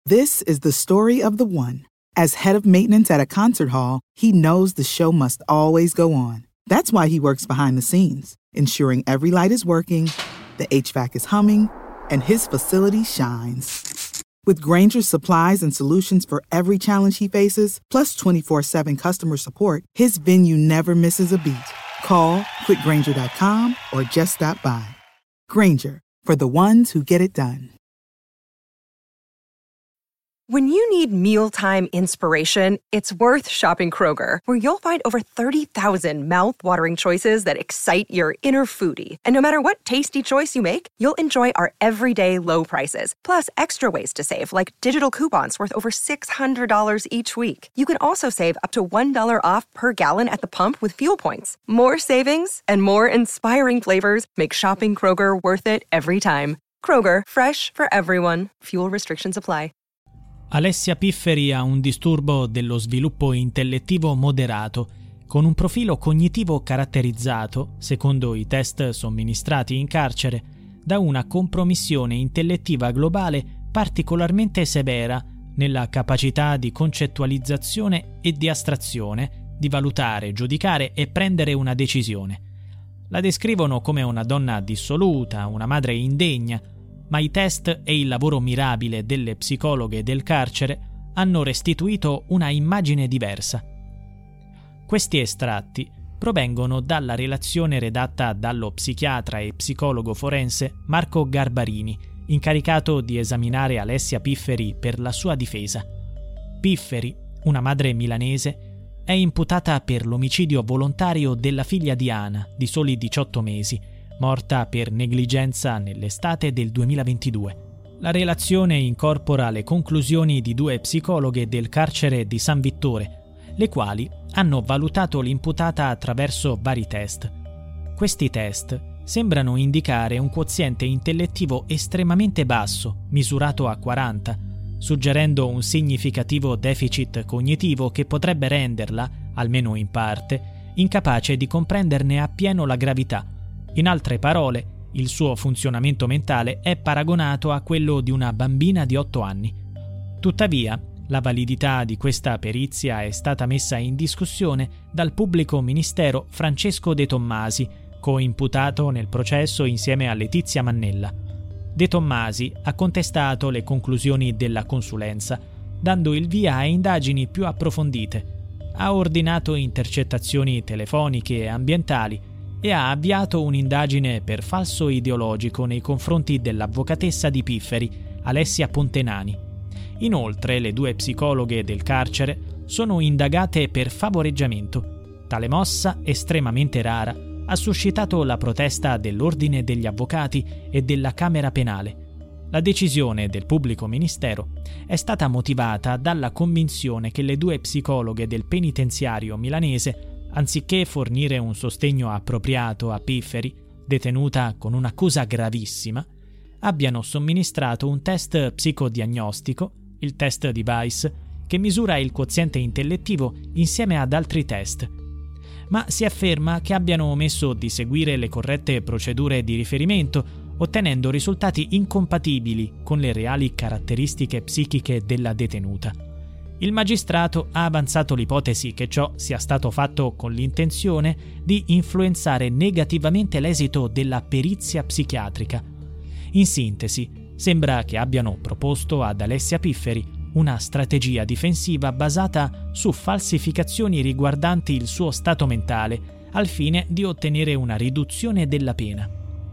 This is the story of the one. As head of maintenance at a concert hall, he knows the show must always go on. That's why he works behind the scenes, ensuring every light is working, the HVAC is humming, and his facility shines. With Grainger's supplies and solutions for every challenge he faces, plus 24/7 customer support, his venue never misses a beat. Call quickgrainger.com or just stop by. Grainger, for the ones who get it done. When you need mealtime inspiration, it's worth shopping Kroger, where you'll find over 30,000 mouth-watering choices that excite your inner foodie. And no matter what tasty choice you make, you'll enjoy our everyday low prices, plus extra ways to save, like digital coupons worth over $600 each week. You can also save up to $1 off per gallon at the pump with fuel points. More savings and more inspiring flavors make shopping Kroger worth it every time. Kroger, fresh for everyone. Fuel restrictions apply. Alessia Pifferi ha un disturbo dello sviluppo intellettivo moderato, con un profilo cognitivo caratterizzato, secondo i test somministrati in carcere, da una compromissione intellettiva globale particolarmente severa nella capacità di concettualizzazione e di astrazione, di valutare, giudicare e prendere una decisione. La descrivono come una donna dissoluta, una madre indegna, ma i test e il lavoro mirabile delle psicologhe del carcere hanno restituito una immagine diversa. Questi estratti provengono dalla relazione redatta dallo psichiatra e psicologo forense Marco Garbarini, incaricato di esaminare Alessia Pifferi per la sua difesa. Pifferi, una madre milanese, è imputata per l'omicidio volontario della figlia Diana, di soli 18 mesi, morta per negligenza nell'estate del 2022. La relazione incorpora le conclusioni di 2 psicologhe del carcere di San Vittore, le quali hanno valutato l'imputata attraverso vari test. Questi test sembrano indicare un quoziente intellettivo estremamente basso, misurato a 40, suggerendo un significativo deficit cognitivo che potrebbe renderla, almeno in parte, incapace di comprenderne appieno la gravità. In altre parole, il suo funzionamento mentale è paragonato a quello di una bambina di 8 anni. Tuttavia, la validità di questa perizia è stata messa in discussione dal pubblico ministero Francesco De Tommasi, coimputato nel processo insieme a Letizia Mannella. De Tommasi ha contestato le conclusioni della consulenza, dando il via a indagini più approfondite. Ha ordinato intercettazioni telefoniche e ambientali e ha avviato un'indagine per falso ideologico nei confronti dell'avvocatessa di Pifferi, Alessia Pontenani. Inoltre, le 2 psicologhe del carcere sono indagate per favoreggiamento. Tale mossa, estremamente rara, ha suscitato la protesta dell'Ordine degli Avvocati e della Camera Penale. La decisione del pubblico ministero è stata motivata dalla convinzione che le 2 psicologhe del penitenziario milanese, anziché fornire un sostegno appropriato a Pifferi, detenuta con un'accusa gravissima, abbiano somministrato un test psicodiagnostico, il test di Weiss, che misura il quoziente intellettivo insieme ad altri test. Ma si afferma che abbiano omesso di seguire le corrette procedure di riferimento, ottenendo risultati incompatibili con le reali caratteristiche psichiche della detenuta. Il magistrato ha avanzato l'ipotesi che ciò sia stato fatto con l'intenzione di influenzare negativamente l'esito della perizia psichiatrica. In sintesi, sembra che abbiano proposto ad Alessia Pifferi una strategia difensiva basata su falsificazioni riguardanti il suo stato mentale, al fine di ottenere una riduzione della pena.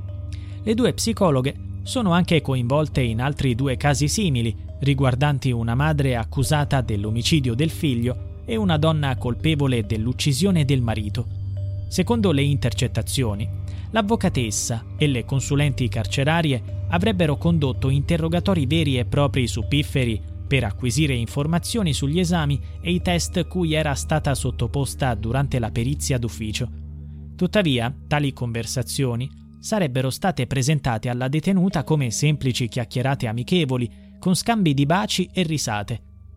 Le 2 psicologhe sono anche coinvolte in altri 2 casi simili, riguardanti una madre accusata dell'omicidio del figlio e una donna colpevole dell'uccisione del marito. Secondo le intercettazioni, l'avvocatessa e le consulenti carcerarie avrebbero condotto interrogatori veri e propri su Pifferi per acquisire informazioni sugli esami e i test cui era stata sottoposta durante la perizia d'ufficio. Tuttavia, tali conversazioni sarebbero state presentate alla detenuta come semplici chiacchierate amichevoli, con scambi di baci e risate.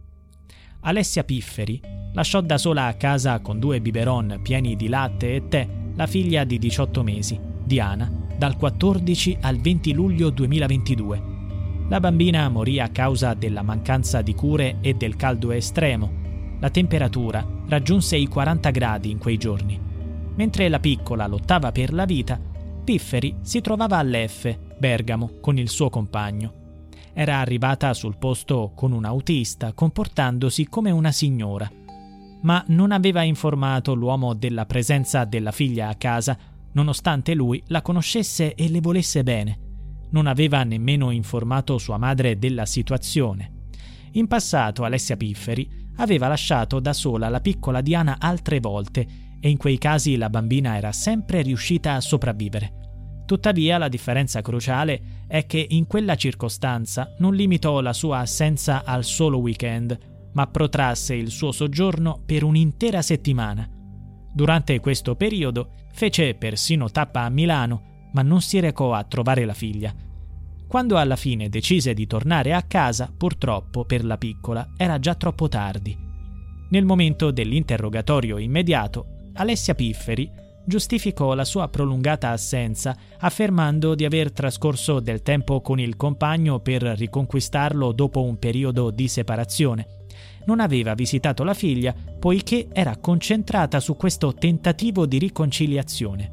Alessia Pifferi lasciò da sola a casa con 2 biberon pieni di latte e tè la figlia di 18 mesi, Diana, dal 14 al 20 luglio 2022. La bambina morì a causa della mancanza di cure e del caldo estremo. La temperatura raggiunse i 40 gradi in quei giorni. Mentre la piccola lottava per la vita, Pifferi si trovava a Leffe, Bergamo, con il suo compagno. Era arrivata sul posto con un autista, comportandosi come una signora. Ma non aveva informato l'uomo della presenza della figlia a casa, nonostante lui la conoscesse e le volesse bene. Non aveva nemmeno informato sua madre della situazione. In passato Alessia Pifferi aveva lasciato da sola la piccola Diana altre volte e in quei casi la bambina era sempre riuscita a sopravvivere. Tuttavia la differenza cruciale è che in quella circostanza non limitò la sua assenza al solo weekend, ma protrasse il suo soggiorno per un'intera settimana. Durante questo periodo fece persino tappa a Milano, ma non si recò a trovare la figlia. Quando alla fine decise di tornare a casa, purtroppo per la piccola era già troppo tardi. Nel momento dell'interrogatorio immediato, Alessia Pifferi giustificò la sua prolungata assenza affermando di aver trascorso del tempo con il compagno per riconquistarlo dopo un periodo di separazione. Non aveva visitato la figlia poiché era concentrata su questo tentativo di riconciliazione.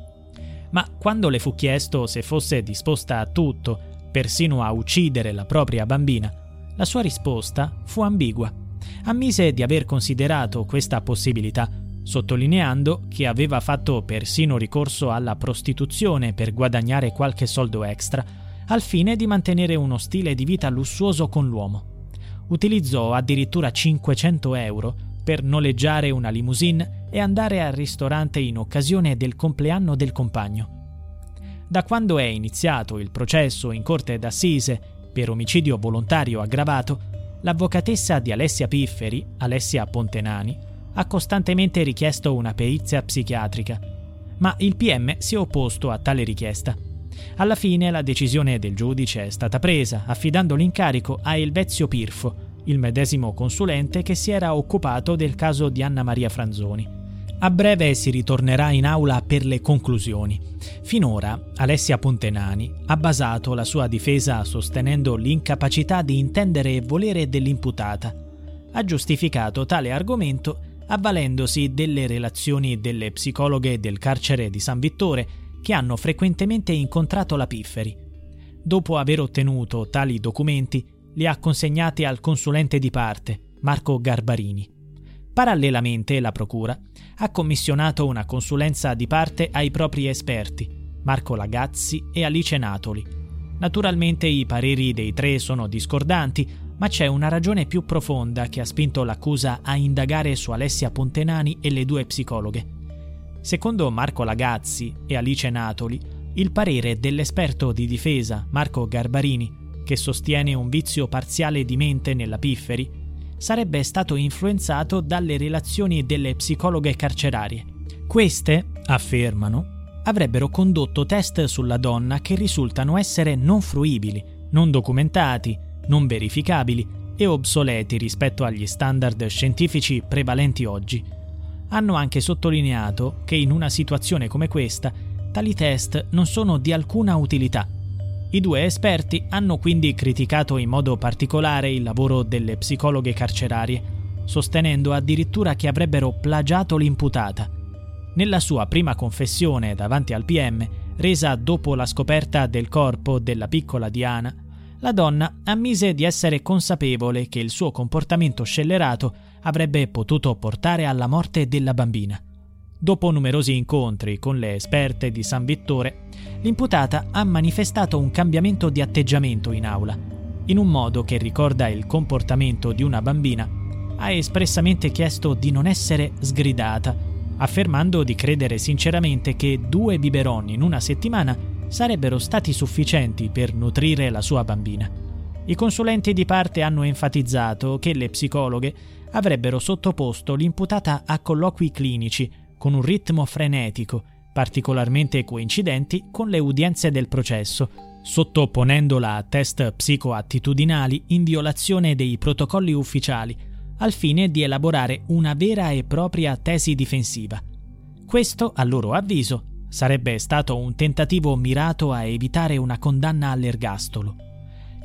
Ma quando le fu chiesto se fosse disposta a tutto, persino a uccidere la propria bambina, la sua risposta fu ambigua. Ammise di aver considerato questa possibilità, sottolineando che aveva fatto persino ricorso alla prostituzione per guadagnare qualche soldo extra, al fine di mantenere uno stile di vita lussuoso con l'uomo. Utilizzò addirittura 500 euro per noleggiare una limousine e andare al ristorante in occasione del compleanno del compagno. Da quando è iniziato il processo in corte d'assise per omicidio volontario aggravato, l'avvocatessa di Alessia Pifferi, Alessia Pontenani, ha costantemente richiesto una perizia psichiatrica, ma il PM si è opposto a tale richiesta. Alla fine la decisione del giudice è stata presa, affidando l'incarico a Elvezio Pirfo, il medesimo consulente che si era occupato del caso di Anna Maria Franzoni. A breve si ritornerà in aula per le conclusioni. Finora Alessia Pontenani ha basato la sua difesa sostenendo l'incapacità di intendere e volere dell'imputata. Ha giustificato tale argomento avvalendosi delle relazioni delle psicologhe del carcere di San Vittore che hanno frequentemente incontrato la Pifferi. Dopo aver ottenuto tali documenti, li ha consegnati al consulente di parte, Marco Garbarini. Parallelamente la Procura ha commissionato una consulenza di parte ai propri esperti, Marco Lagazzi e Alice Natoli. Naturalmente i pareri dei tre sono discordanti, ma c'è una ragione più profonda che ha spinto l'accusa a indagare su Alessia Pontenani e le due psicologhe. Secondo Marco Lagazzi e Alice Natoli, il parere dell'esperto di difesa Marco Garbarini, che sostiene un vizio parziale di mente nella Pifferi, sarebbe stato influenzato dalle relazioni delle psicologhe carcerarie. Queste, affermano, avrebbero condotto test sulla donna che risultano essere non fruibili, non documentati, non verificabili e obsoleti rispetto agli standard scientifici prevalenti oggi. Hanno anche sottolineato che in una situazione come questa, tali test non sono di alcuna utilità. I due esperti hanno quindi criticato in modo particolare il lavoro delle psicologhe carcerarie, sostenendo addirittura che avrebbero plagiato l'imputata. Nella sua prima confessione davanti al PM, resa dopo la scoperta del corpo della piccola Diana, la donna ammise di essere consapevole che il suo comportamento scellerato avrebbe potuto portare alla morte della bambina. Dopo numerosi incontri con le esperte di San Vittore, l'imputata ha manifestato un cambiamento di atteggiamento in aula. In un modo che ricorda il comportamento di una bambina, ha espressamente chiesto di non essere sgridata, affermando di credere sinceramente che 2 biberon in una settimana sarebbero stati sufficienti per nutrire la sua bambina. I consulenti di parte hanno enfatizzato che le psicologhe avrebbero sottoposto l'imputata a colloqui clinici con un ritmo frenetico, particolarmente coincidenti con le udienze del processo, sottoponendola a test psicoattitudinali in violazione dei protocolli ufficiali, al fine di elaborare una vera e propria tesi difensiva. Questo, a loro avviso, sarebbe stato un tentativo mirato a evitare una condanna all'ergastolo.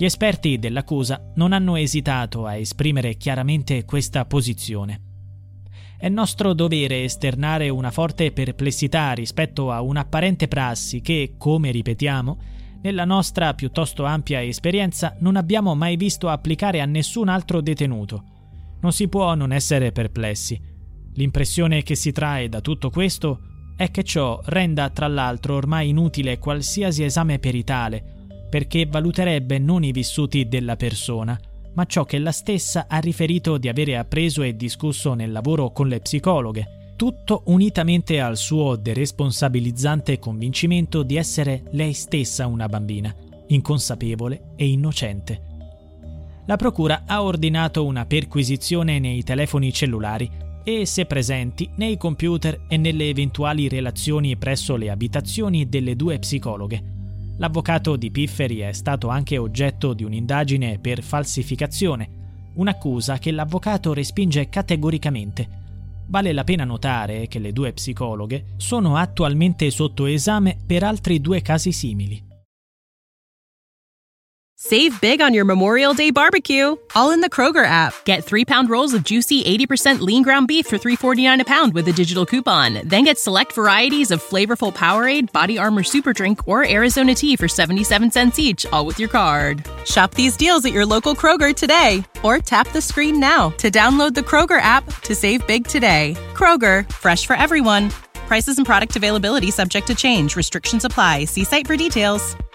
Gli esperti dell'accusa non hanno esitato a esprimere chiaramente questa posizione. È nostro dovere esternare una forte perplessità rispetto a un'apparente prassi che, come ripetiamo, nella nostra piuttosto ampia esperienza non abbiamo mai visto applicare a nessun altro detenuto. Non si può non essere perplessi. L'impressione che si trae da tutto questo è che ciò renda tra l'altro ormai inutile qualsiasi esame peritale, perché valuterebbe non i vissuti della persona, ma ciò che la stessa ha riferito di avere appreso e discusso nel lavoro con le psicologhe, tutto unitamente al suo deresponsabilizzante convincimento di essere lei stessa una bambina, inconsapevole e innocente. La procura ha ordinato una perquisizione nei telefoni cellulari e, se presenti, nei computer e nelle eventuali relazioni presso le abitazioni delle due psicologhe. L'avvocato di Pifferi è stato anche oggetto di un'indagine per falsificazione, un'accusa che l'avvocato respinge categoricamente. Vale la pena notare che le due psicologhe sono attualmente sotto esame per altri 2 casi simili. Save big on your Memorial Day barbecue, all in the Kroger app. Get 3-pound rolls of juicy 80% lean ground beef for $3.49 a pound with a digital coupon. Then get select varieties of flavorful Powerade, Body Armor Super Drink, or Arizona tea for 77 cents each, all with your card. Shop these deals at your local Kroger today, or tap the screen now to download the Kroger app to save big today. Kroger, fresh for everyone. Prices and product availability subject to change. Restrictions apply. See site for details.